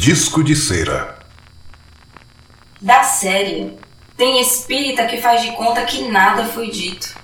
Disco de cera. Da série, tem espírita que faz de conta que nada foi dito.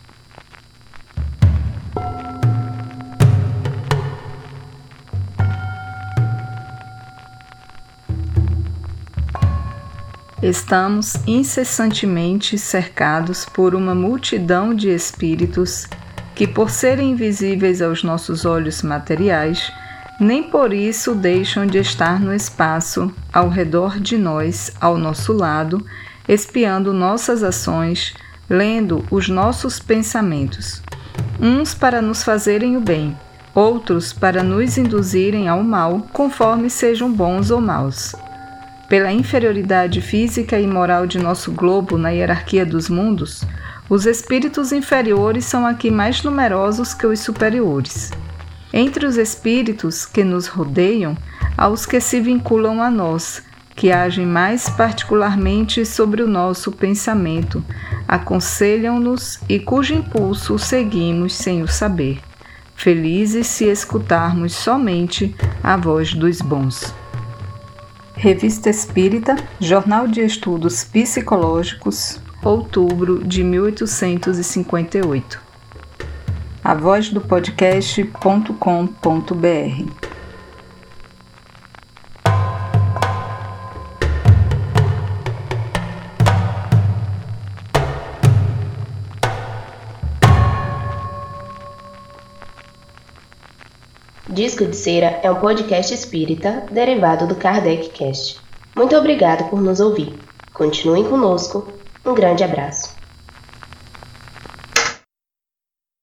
Estamos incessantemente cercados por uma multidão de espíritos que, por serem invisíveis aos nossos olhos materiais, nem por isso deixam de estar no espaço, ao redor de nós, ao nosso lado, espiando nossas ações, lendo os nossos pensamentos, uns para nos fazerem o bem, outros para nos induzirem ao mal, conforme sejam bons ou maus. Pela inferioridade física e moral de nosso globo na hierarquia dos mundos, os espíritos inferiores são aqui mais numerosos que os superiores. Entre os espíritos que nos rodeiam, há os que se vinculam a nós, que agem mais particularmente sobre o nosso pensamento, aconselham-nos e cujo impulso seguimos sem o saber, felizes se escutarmos somente a voz dos bons. Revista Espírita, Jornal de Estudos Psicológicos, outubro de 1858. A voz do podcast.com.br. Disco de Cera é um podcast espírita derivado do Kardec Cast. Muito obrigado por nos ouvir. Continuem conosco. Um grande abraço.